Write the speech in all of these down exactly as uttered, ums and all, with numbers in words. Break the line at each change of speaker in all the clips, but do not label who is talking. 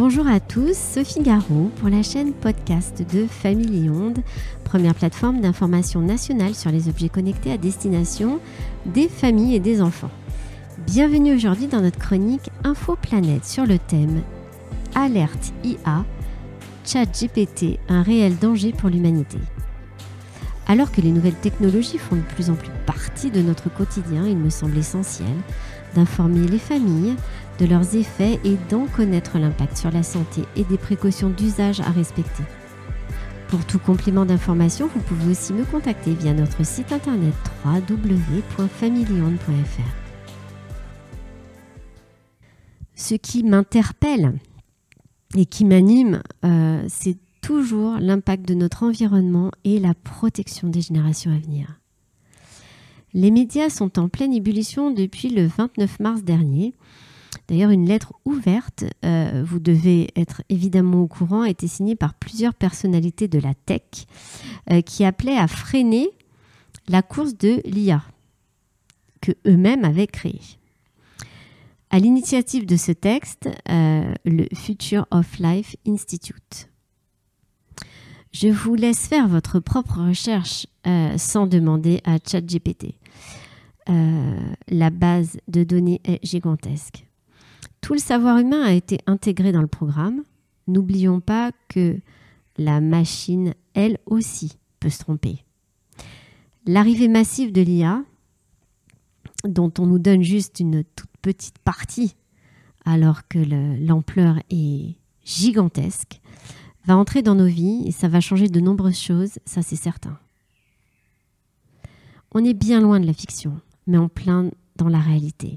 Bonjour à tous, Sophie Garot pour la chaîne podcast de Family Onde, première plateforme d'information nationale sur les objets connectés à destination des familles et des enfants. Bienvenue aujourd'hui dans notre chronique Infoplanète sur le thème Alerte I A, ChatGPT, un réel danger pour l'humanité. Alors que les nouvelles technologies font de plus en plus partie de notre quotidien, il me semble essentiel d'informer les familles de leurs effets et d'en connaître l'impact sur la santé et des précautions d'usage à respecter. Pour tout complément d'information, vous pouvez aussi me contacter via notre site internet w w w point family onde point f r. Ce qui m'interpelle et qui m'anime, euh, c'est toujours l'impact de notre environnement et la protection des générations à venir. Les médias sont en pleine ébullition depuis le vingt-neuf mars dernier. D'ailleurs, une lettre ouverte, euh, vous devez être évidemment au courant, a été signée par plusieurs personnalités de la tech euh, qui appelaient à freiner la course de l'I A que eux-mêmes avaient créée. À l'initiative de ce texte, euh, le Future of Life Institute. Je vous laisse faire votre propre recherche euh, sans demander à ChatGPT. Euh, la base de données est gigantesque. Tout le savoir humain a été intégré dans le programme. N'oublions pas que la machine, elle aussi, peut se tromper. L'arrivée massive de l'I A, dont on nous donne juste une toute petite partie, alors que le, l'ampleur est gigantesque, va entrer dans nos vies et ça va changer de nombreuses choses, ça c'est certain. On est bien loin de la fiction, mais en plein dans la réalité.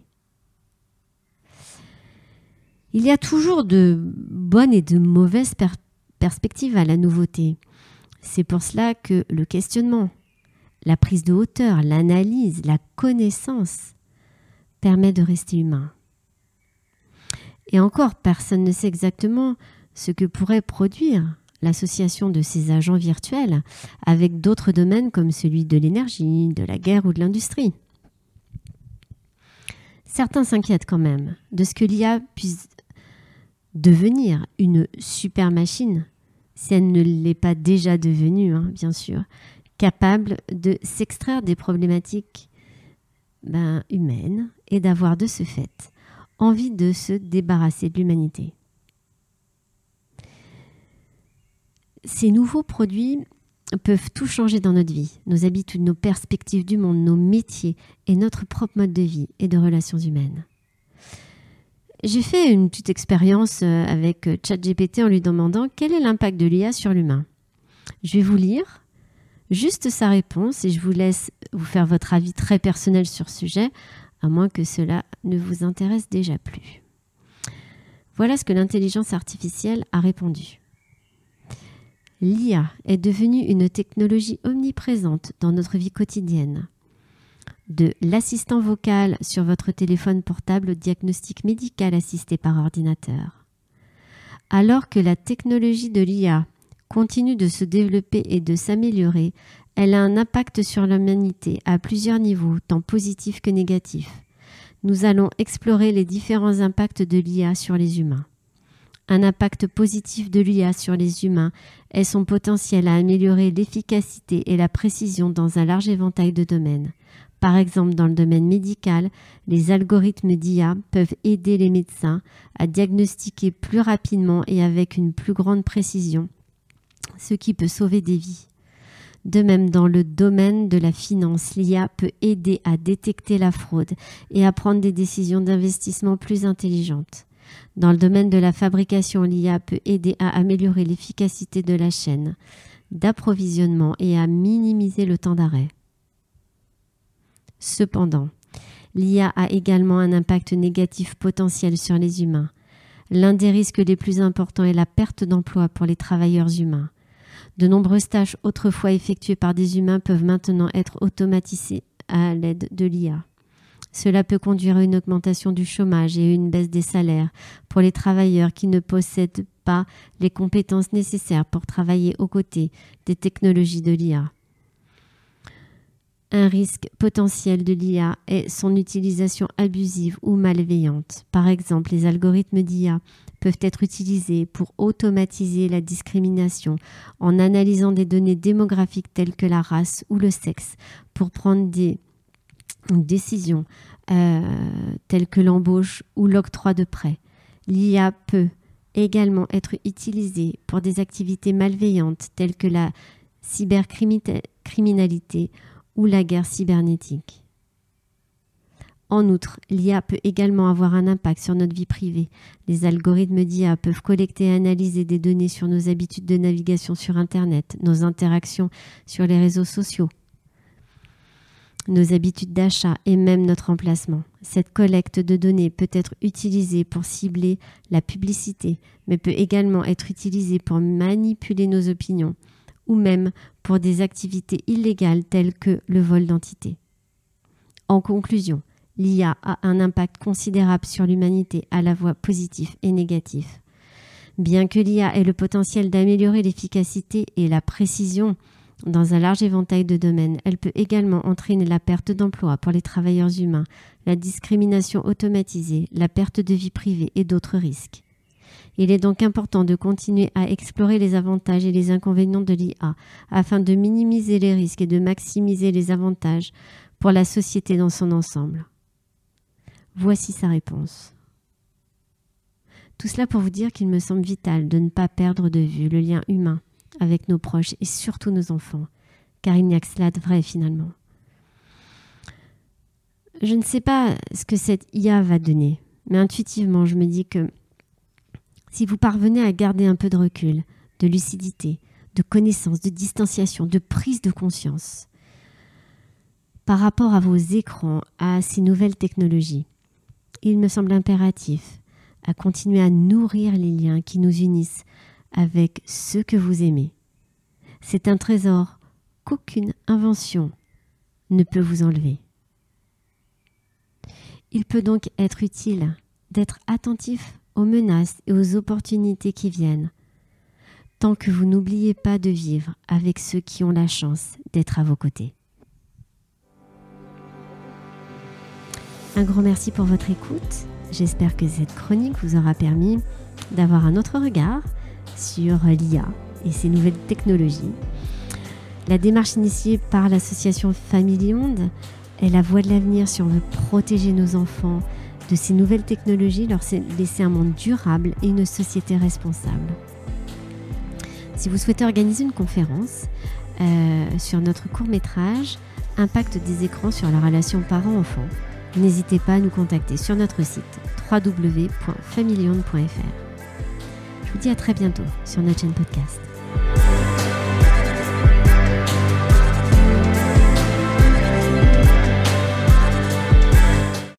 Il y a toujours de bonnes et de mauvaises per- perspectives à la nouveauté. C'est pour cela que le questionnement, la prise de hauteur, l'analyse, la connaissance permet de rester humain. Et encore, personne ne sait exactement ce que pourrait produire l'association de ces agents virtuels avec d'autres domaines comme celui de l'énergie, de la guerre ou de l'industrie. Certains s'inquiètent quand même de ce que l'I A puisse devenir une super machine, si elle ne l'est pas déjà devenue, hein, bien sûr, capable de s'extraire des problématiques ben, humaines et d'avoir de ce fait envie de se débarrasser de l'humanité. Ces nouveaux produits peuvent tout changer dans notre vie, nos habitudes, nos perspectives du monde, nos métiers et notre propre mode de vie et de relations humaines. J'ai fait une petite expérience avec ChatGPT en lui demandant quel est l'impact de l'I A sur l'humain. Je vais vous lire juste sa réponse et je vous laisse vous faire votre avis très personnel sur ce sujet, à moins que cela ne vous intéresse déjà plus. Voilà ce que l'intelligence artificielle a répondu. L'I A est devenue une technologie omniprésente dans notre vie quotidienne. De l'assistant vocal sur votre téléphone portable au diagnostic médical assisté par ordinateur. Alors que la technologie de l'I A continue de se développer et de s'améliorer, elle a un impact sur l'humanité à plusieurs niveaux, tant positifs que négatifs. Nous allons explorer les différents impacts de l'I A sur les humains. Un impact positif de l'I A sur les humains est son potentiel à améliorer l'efficacité et la précision dans un large éventail de domaines. Par exemple, dans le domaine médical, les algorithmes d'I A peuvent aider les médecins à diagnostiquer plus rapidement et avec une plus grande précision, ce qui peut sauver des vies. De même, dans le domaine de la finance, l'I A peut aider à détecter la fraude et à prendre des décisions d'investissement plus intelligentes. Dans le domaine de la fabrication, l'I A peut aider à améliorer l'efficacité de la chaîne d'approvisionnement et à minimiser le temps d'arrêt. Cependant, l'I A a également un impact négatif potentiel sur les humains. L'un des risques les plus importants est la perte d'emploi pour les travailleurs humains. De nombreuses tâches autrefois effectuées par des humains peuvent maintenant être automatisées à l'aide de l'I A. Cela peut conduire à une augmentation du chômage et à une baisse des salaires pour les travailleurs qui ne possèdent pas les compétences nécessaires pour travailler aux côtés des technologies de l'I A. Un risque potentiel de l'I A est son utilisation abusive ou malveillante. Par exemple, les algorithmes d'I A peuvent être utilisés pour automatiser la discrimination en analysant des données démographiques telles que la race ou le sexe pour prendre des décisions euh, telles que l'embauche ou l'octroi de prêts. L'I A peut également être utilisée pour des activités malveillantes telles que la cybercriminalité ou la guerre cybernétique. En outre, l'I A peut également avoir un impact sur notre vie privée. Les algorithmes d'I A peuvent collecter et analyser des données sur nos habitudes de navigation sur Internet, nos interactions sur les réseaux sociaux, nos habitudes d'achat et même notre emplacement. Cette collecte de données peut être utilisée pour cibler la publicité, mais peut également être utilisée pour manipuler nos opinions ou même pour des activités illégales telles que le vol d'identité. En conclusion, l'I A a un impact considérable sur l'humanité à la fois positif et négatif. Bien que l'I A ait le potentiel d'améliorer l'efficacité et la précision dans un large éventail de domaines, elle peut également entraîner la perte d'emploi pour les travailleurs humains, la discrimination automatisée, la perte de vie privée et d'autres risques. Il est donc important de continuer à explorer les avantages et les inconvénients de l'I A afin de minimiser les risques et de maximiser les avantages pour la société dans son ensemble. Voici sa réponse. Tout cela pour vous dire qu'il me semble vital de ne pas perdre de vue le lien humain avec nos proches et surtout nos enfants, car il n'y a que cela de vrai finalement. Je ne sais pas ce que cette I A va donner, mais intuitivement je me dis que si vous parvenez à garder un peu de recul, de lucidité, de connaissance, de distanciation, de prise de conscience par rapport à vos écrans, à ces nouvelles technologies, il me semble impératif à continuer à nourrir les liens qui nous unissent avec ceux que vous aimez. C'est un trésor qu'aucune invention ne peut vous enlever. Il peut donc être utile d'être attentif aux menaces et aux opportunités qui viennent, tant que vous n'oubliez pas de vivre avec ceux qui ont la chance d'être à vos côtés. Un grand merci pour votre écoute. J'espère que cette chronique vous aura permis d'avoir un autre regard sur l'I A et ses nouvelles technologies. La démarche initiée par l'association Family Monde est la voie de l'avenir si on veut protéger nos enfants de ces nouvelles technologies, leur laisser un monde durable et une société responsable. Si vous souhaitez organiser une conférence euh, sur notre court-métrage « Impact des écrans sur la relation parents-enfants », n'hésitez pas à nous contacter sur notre site w w w point family monde point f r. Je vous dis à très bientôt sur notre chaîne podcast.